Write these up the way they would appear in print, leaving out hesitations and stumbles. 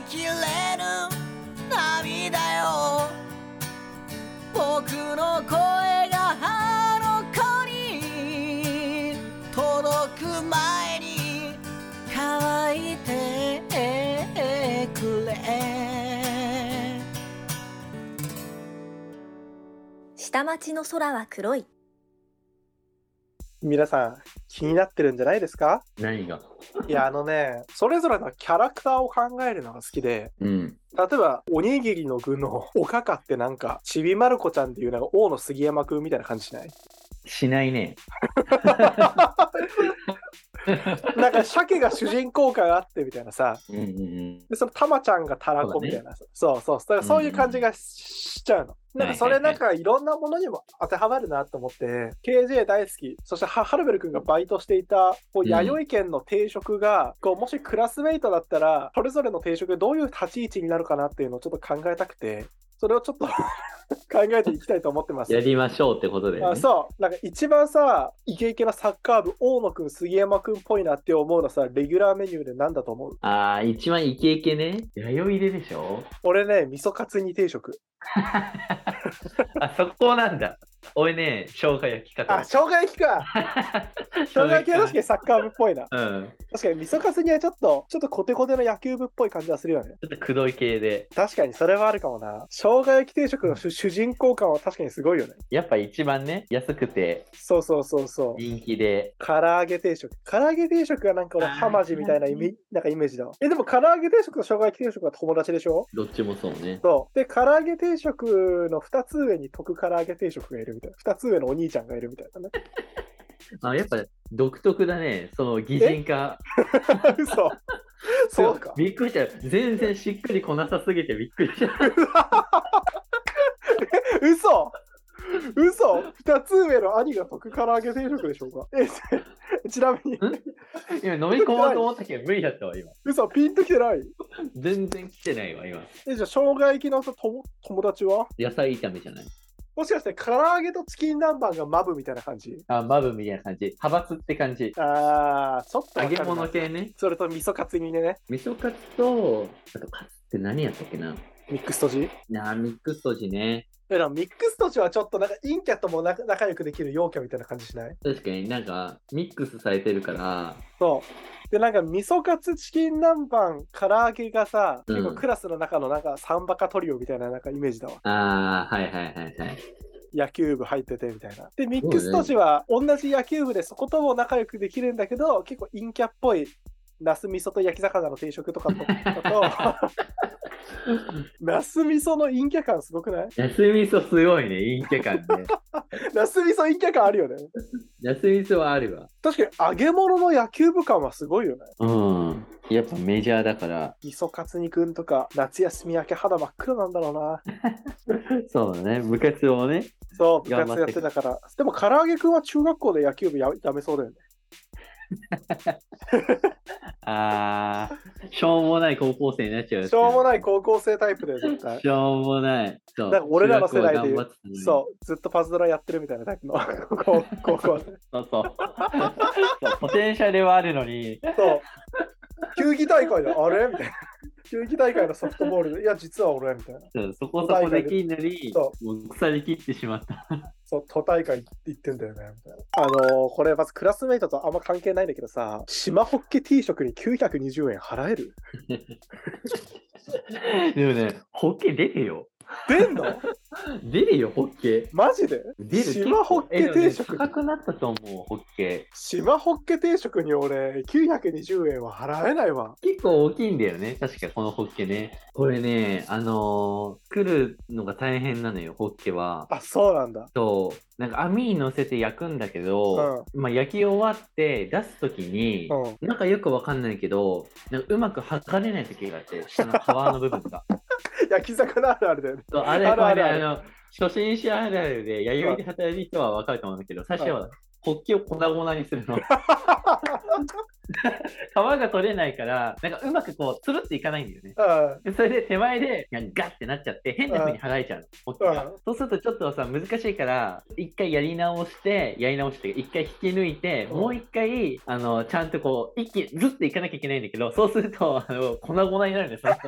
きれぬ涙よ、僕の声があの子に届く前に乾いてくれ。 下町の空は黒い。 皆さん気になってるんじゃないですか？ 何が？ いやそれぞれのキャラクターを考えるのが好きで、 うん。 例えばおにぎりの具のおかかってなんかちびまる子ちゃんっていうなんか王の杉山くんみたいな感じしない？ しないね。 なんか鮭が主人公感があってみたいなさ、 うんうんうん。 でそのたまちゃんがたらこみたいな、そうだからそういう感じがしちゃうの。なんかそれなんかいろんなものにも当てはまるなと思って、KJ 大好き、そしてハルベル君がバイトしていたこう弥生県の定食が、こうもしクラスメイトだったらそれぞれの定食でどういう立ち位置になるかなっていうのをちょっと考えたくて、それをちょっと考えていきたいと思ってます。 やりましょうってことで、ね。 そうなんか一番さイケイケなサッカー部大野くん杉山くんっぽいなって思うのさ、レギュラーメニューで何だと思う？ 一番イケイケね。弥生入れでしょ？ 俺ね、味噌カツ煮定食。 そこなんだ。俺ね、生姜焼きかと。 生姜焼きか。生姜焼きは確かにサッカー部っぽいな。 うん。 確かに味噌カツにはちょっとコテコテの野球部っぽい感じはするよね。 ちょっとくどい系で。 確かにそれはあるかもな。生姜焼き定食の主人公感は確かにすごいよね。 やっぱ一番ね、安くて。 そう。 人気で。 唐揚げ定食。唐揚げ定食はなんか俺ハマジみたいなイメージだわ。でも唐揚げ定食と生姜焼き定食は友達でしょ？ どっちもそうね。 そう。で、唐揚げ定食の2つ上に徳唐揚げ定食がいるみたいな。2つ上のお兄ちゃんがいるみたいなね。 やっぱ独特だね、その擬人化。 嘘。そうか。 びっくりした。全然しっくりこなさすぎてびっくりした。 嘘 !2 つ上の兄が徳唐揚げ定食でしょうか？ちなみに。 今飲み込もうと思ったけど無理だったわ、今。 嘘、ピンときてない？ 全然来てないわ、今。 じゃあ生姜焼きの友達は？ 野菜炒めじゃない？ もしかして唐揚げとチキン南蛮がマブみたいな感じ？ マブみたいな感じ。派閥って感じ。 ちょっと揚げ物系ね。 それと味噌カツ煮ね。 味噌カツと、あとカツって何やったっけな？ ミックスとじ？ ミックスとじね。 ミックスとじはちょっとなんか陰キャとも仲良くできる陽キャみたいな感じしない？ 確かになんかミックスされてるから。 そう。で、なんか味噌カツチキン南蛮唐揚げがさ、結構クラスの中のなんかサンバカトリオみたいななんかイメージだわ。 はい。 野球部入っててみたいな。で、ミックスとじは同じ野球部でそことも仲良くできるんだけど、結構陰キャっぽいナス味噌と焼き魚の定食とかとナス味噌の陰キャ感すごくない？ ナス味噌すごいね、陰キャ感ね。 ナス味噌陰キャ感あるよね。 ナス味噌はあるわ。 確かに揚げ物の野球部感はすごいよね。 うん。やっぱメジャーだから。 味噌カツ煮くんとか夏休み明け肌真っ黒なんだろうな。 そうだね、部活をね。 そう、部活やってたから。でも唐揚げくんは中学校で野球部やめそうだよね。 しょうもない高校生になっちゃう。 しょうもない高校生タイプだよ、絶対。 しょうもない。 なんか俺らの世代でそう、ずっとパズドラやってるみたいなタイプの高校生。 そうポテンシャルはあるのに。 そう。球技大会であれみたいな。球技大会のソフトボールで、いや、実は俺みたいな。 そこできんのに、もう腐り切ってしまった。 そう、都大会行ってんだよね、みたいな。これまずクラスメイトとあんま関係ないんだけどさ、島ホッケ T 食に920円払える？ でもね、ホッケ出るよ。 出んの？ 出るよ、ホッケ。 マジで？ 出る。 島ホッケ定食。 高くなったと思う、ホッケ。 島ホッケ定食に俺、920円は払えないわ。 結構大きいんだよね、確かこのホッケね。これね、作るのが大変なのよ、ホッケは。 あ、そうなんだ。 そう。なんか網に乗せて焼くんだけど、焼き終わって出すときに、なんかよくわかんないけど、なんかうまく剥がれないときがあって、下の皮の部分が。 焼き魚あるあるだよね。 あれ、これ初心者あるあるで、弥生で働いてる人はわかると思うんだけど、最初はホッケを粉々にするの。 皮が取れないから、なんかうまくこう、つるっていかないんだよね。それで手前でガッてなっちゃって、変な風に剥がれちゃうの。そうするとちょっとさ、難しいから、一回やり直して、一回引き抜いて、もう一回、ちゃんとこう、ずっといかなきゃいけないんだけど、そうすると、粉々になるんですよ。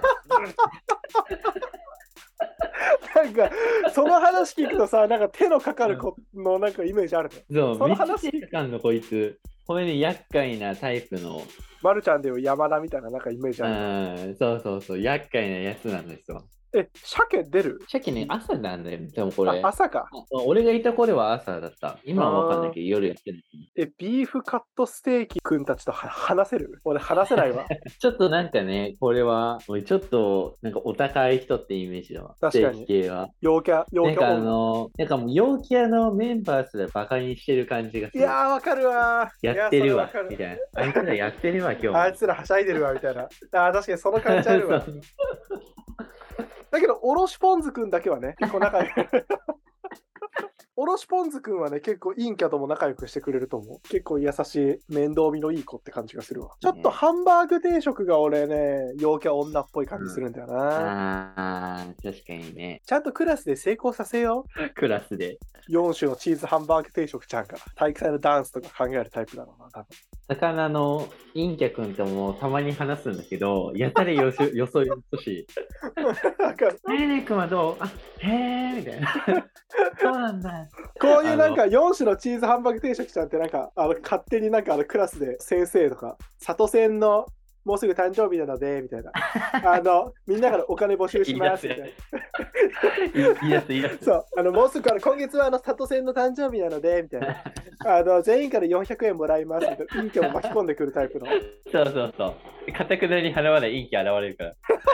なんかその話聞くとさ、なんか手のかかる子のなんかイメージあるね。 そう、その話聞くのこいつ。これね、厄介なタイプの。 まるちゃんでいう山田みたいななんかイメージある。そう、厄介なやつなんですよ。 鮭出る？ 鮭ね、朝なんだよね、でもこれ。 朝か。 俺がいた頃は朝だった。今はわかんないけど、夜やってる。 ビーフカットステーキくんたちと話せる？俺話せないわ。 ちょっとなんかね、これは、ちょっと、なんかお高い人ってイメージだわ。 確かに。 ステーキ系は。 陽キャなんかもう陽キャのメンバーすらバカにしてる感じがする。 いやー、わかるわ。 やってるわ、みたいな。あいつらやってるわ、今日。 あいつらはしゃいでるわ、みたいな。確かにその感じあるわ。だけど、おろしポンズくんだけはね、結構仲良く。おろしポンズくんはね、結構陰キャとも仲良くしてくれると思う。結構優しい、面倒見のいい子って感じがするわ。ちょっとハンバーグ定食が俺ね、陽キャ女っぽい感じするんだよな。 確かにね。 ちゃんとクラスで成功させよう。クラスで。 4種のチーズハンバーグ定食ちゃんから。体育祭のダンスとか考えるタイプだろうな、多分。 魚の陰キャくんともたまに話すんだけど、やたらよそよそし。ねねくんはどう？へーみたいな。そうなんだ。 こういうなんか4種のチーズハンバーグ定食ちゃんってなんか勝手になんかクラスで先生とか里戦のもうすぐ誕生日なのでみたいなみんなからお金募集しますみたいな。そうもうすぐ今月は里戦の誕生日なのでみたいな全員から400円もらいますみたいな陰キャを巻き込んでくるタイプの。 そうかたくなに払わない陰キャ現れる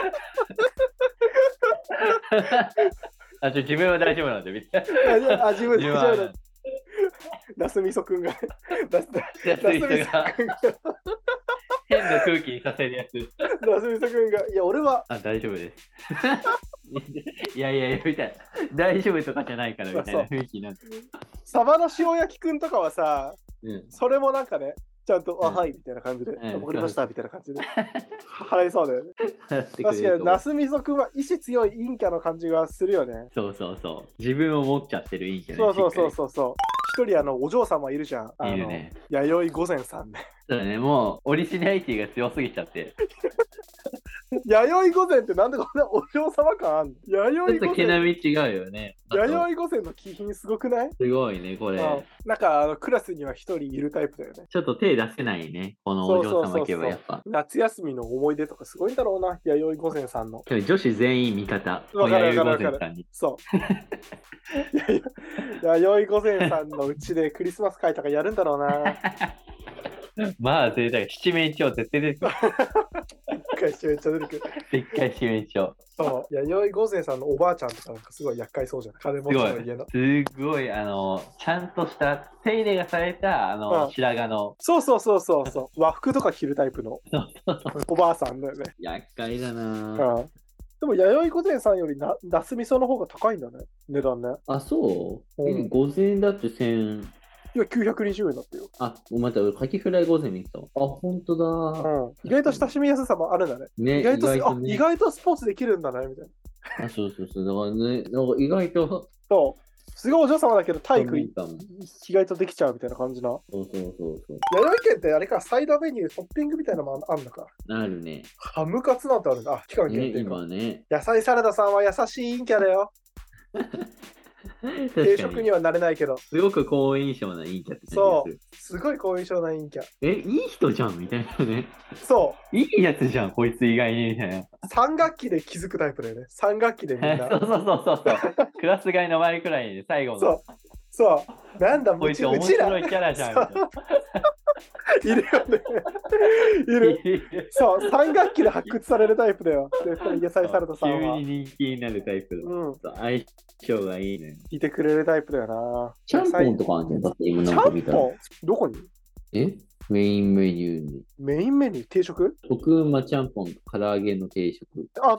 から自分は大丈夫なんで、みたいな。 自分大丈夫なんで。ナスミソくんが。 ナスミソが。変な空気にさせるやつ。 ナスミソくんが、いや、俺は。 大丈夫です。いや、みたいな。大丈夫とかじゃないから、みたいな雰囲気になって。 サバの塩焼きくんとかはさ、それもなんかね、ちゃんと、はいみたいな感じで、わかりましたみたいな感じで払いそうだよね。確かに、ナスミソくんは意志強い陰キャの感じがするよね。 そう。自分を持っちゃってる陰キャね。 そう。一人お嬢様いるじゃん。 いるね。 弥生御前さんね。 そうだね、もうオリジナリティが強すぎちゃって。 弥生御前ってなんでこんなお嬢様感あんの？弥生御前。 ちょっと毛並み違うよね。 弥生御前の気品すごくない？ すごいね、これ。 なんかクラスには一人いるタイプだよね。 ちょっと手出せないね、このお嬢様系はやっぱ。 夏休みの思い出とかすごいんだろうな、弥生御前さんの。 女子全員味方。 わかる。そう。弥生御前さんのうちでクリスマス会とかやるんだろうな。 まあ、贅沢。七面鳥絶対出てくる。 でっかい七面鳥出てくる。 でっかい七面鳥。 そう。弥生御前さんのおばあちゃんとかなんかすごい厄介そうじゃん。金持ちの家の。 すごい、ちゃんとした手入れがされた、白髪の。 そう。和服とか着るタイプのおばあさんだよね。 厄介だな。 でも、弥生御前さんよりナス味噌の方が高いんだね、値段ね。 あ、そう？御前だって1000。 いや、920円だったよ。 また、カキフライ御前見た。ほんとだ。 意外と親しみやすさもあるんだね。意外とスポーツできるんだね、みたいな。そう。だからね、なんか意外と。 そう。すごいお嬢様だけど、体育意外とできちゃうみたいな感じな。 そう。 弥生県ってあれか、サイドメニュー、トッピングみたいなのもあんのか。 あるね。 ハムカツなんてあるんだ。期間限定。 今ね。 野菜サラダさんは優しい陰キャだよ。定食にはなれないけど。 すごく好印象な陰キャって。 そう。すごい好印象な陰キャ。 いい人じゃんみたいなね。 そう。 いいやつじゃん、こいつ意外にみたいな。 3学期で気づくタイプだよね。3学期でみんな。 そう。クラス替えの前くらいに最後の。 そう。なんだ、 こいつ面白いキャラじゃんみたいな。 いるよね。いる。そう、3学期で発掘されるタイプだよ。絶対野菜サラダさんは。 急に人気になるタイプだ。相性がいいね。 いてくれるタイプだよな。 ちゃんぽんとかあるんじゃん。だって今なんか見たら。 どこに？ メインメニューに。 メインメニュー定食？ 徳馬ちゃんぽんと唐揚げの定食。 あった。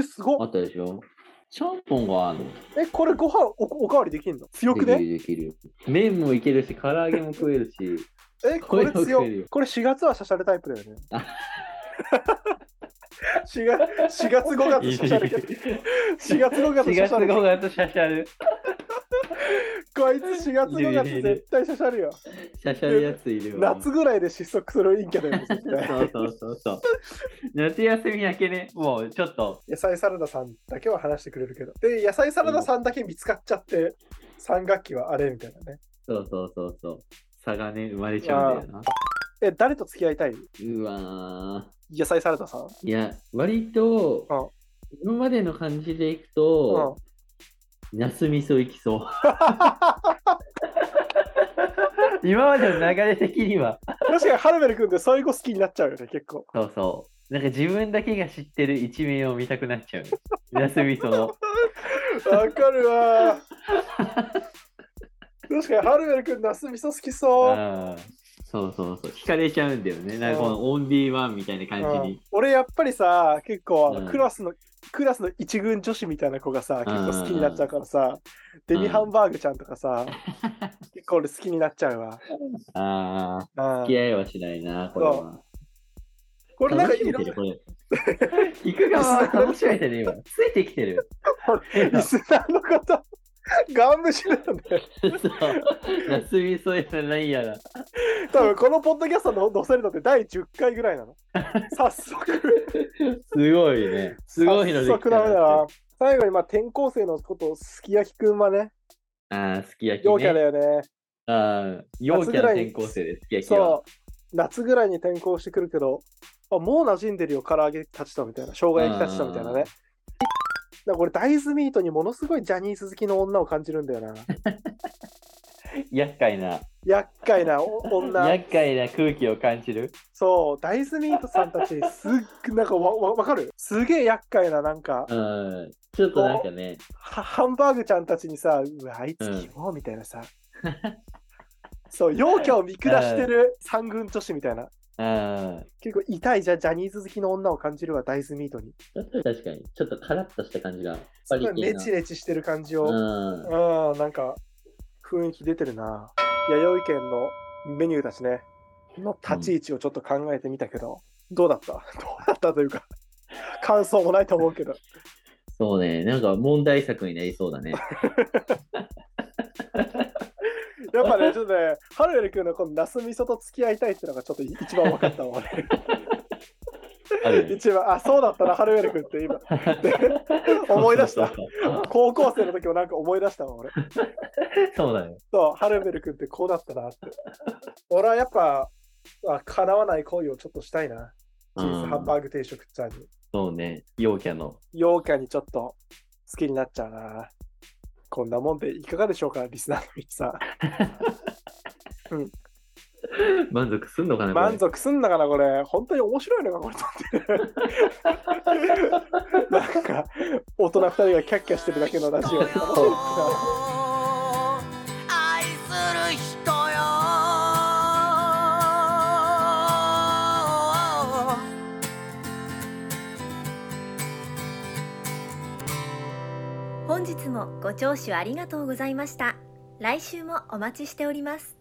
すごっ。 あったでしょ？ちゃんぽんがあるの？ これご飯おかわりできるの？強くね？ できる。麺もいけるし、唐揚げも食えるし。 これ強い。これ4月はシャシャルタイプだよね。4月5月シャシャル。4月5月シャシャル。 4月5月シャシャル。 こいつ4月5月絶対シャシャルよ。 シャシャルやついるわ。 夏ぐらいで失速する陰キャだよね、絶対。 そう。夏休み明けね、もうちょっと。 野菜サラダさんだけは話してくれるけど。で、野菜サラダさんだけ見つかっちゃって、3学期はあれみたいなね。 そう。差がね、生まれちゃうんだよな。 誰と付き合いたい？ うわ野菜サラダさん？ いや、割と、今までの感じでいくと、ナス味噌いきそう。今までの流れ的には。 確かにハルベル君ってそういう子好きになっちゃうよね、結構。 そう。なんか自分だけが知ってる一面を見たくなっちゃう。ナス味噌の。 わかるわ。確かにハルベル君ナス味噌好きそう。 そう。惹かれちゃうんだよね。なんかこのオンリーワンみたいな感じに。 俺やっぱりさ、結構クラスの一軍女子みたいな子がさ、結構好きになっちゃうからさ、デミハンバーグちゃんとかさ、結構俺好きになっちゃうわ。 付き合いはしないな、これは。 これなんかいろいろ。聞く側は楽しめてる今。ついてきてる。 リスナーの方。ガン無視なんだよ。 ナス味噌やらないやら。 多分このポッドキャストの載せるのって第10回ぐらいなの。早速。 すごいね。すごいのできた。 早速ダメだな。最後に転校生のことすき焼きくんはね。 すき焼きね。 陽キャだよね。 陽キャの転校生ですき焼きは。 そう。夏ぐらいに転校してくるけど、もう馴染んでるよ、唐揚げたちとみたいな、生姜焼きたちとみたいなね。これ大豆ミートにものすごいジャニーズ好きの女を感じるんだよな。 厄介な女。 厄介な空気を感じる。 そう、大豆ミートさんたちなんかわかる？すげえ厄介ななんか。 ちょっとなんかね。 ハンバーグちゃんたちにさ、あいつキモみたいなさ。そう、陽キャを見下してる三軍女子みたいな。結構痛いジャニーズ好きの女を感じるわ、大豆ミートに。 確かに、ちょっとカラッとした感じが。 ネチネチしてる感じを。なんか雰囲気出てるな。弥生県のメニューたちね、の立ち位置をちょっと考えてみたけど、どうだったというか、感想もないと思うけど。 そうね、なんか問題作になりそうだね。 やっぱね、ちょっとね、ハルベル君のこのナス味噌と付き合いたいっていうのがちょっと一番分かったわ、俺。一番、そうだったな、ハルベル君って今。思い出した。高校生の時もなんか思い出したわ、俺。 そうだよ。 そう、ハルベル君ってこうだったなって。俺はやっぱ、叶わない恋をちょっとしたいな。チーズハンバーグ定食ちゃんに。 そうね、陽キャにちょっと好きになっちゃうな。こんなもんでいかがでしょうか、リスナーの皆さん。 満足すんのかな、 満足すんのかな、これ。本当に面白いのか、これ。なんか、大人2人がキャッキャしてるだけのラジオ。 愛する人よ。 本日もご聴取ありがとうございました。来週もお待ちしております。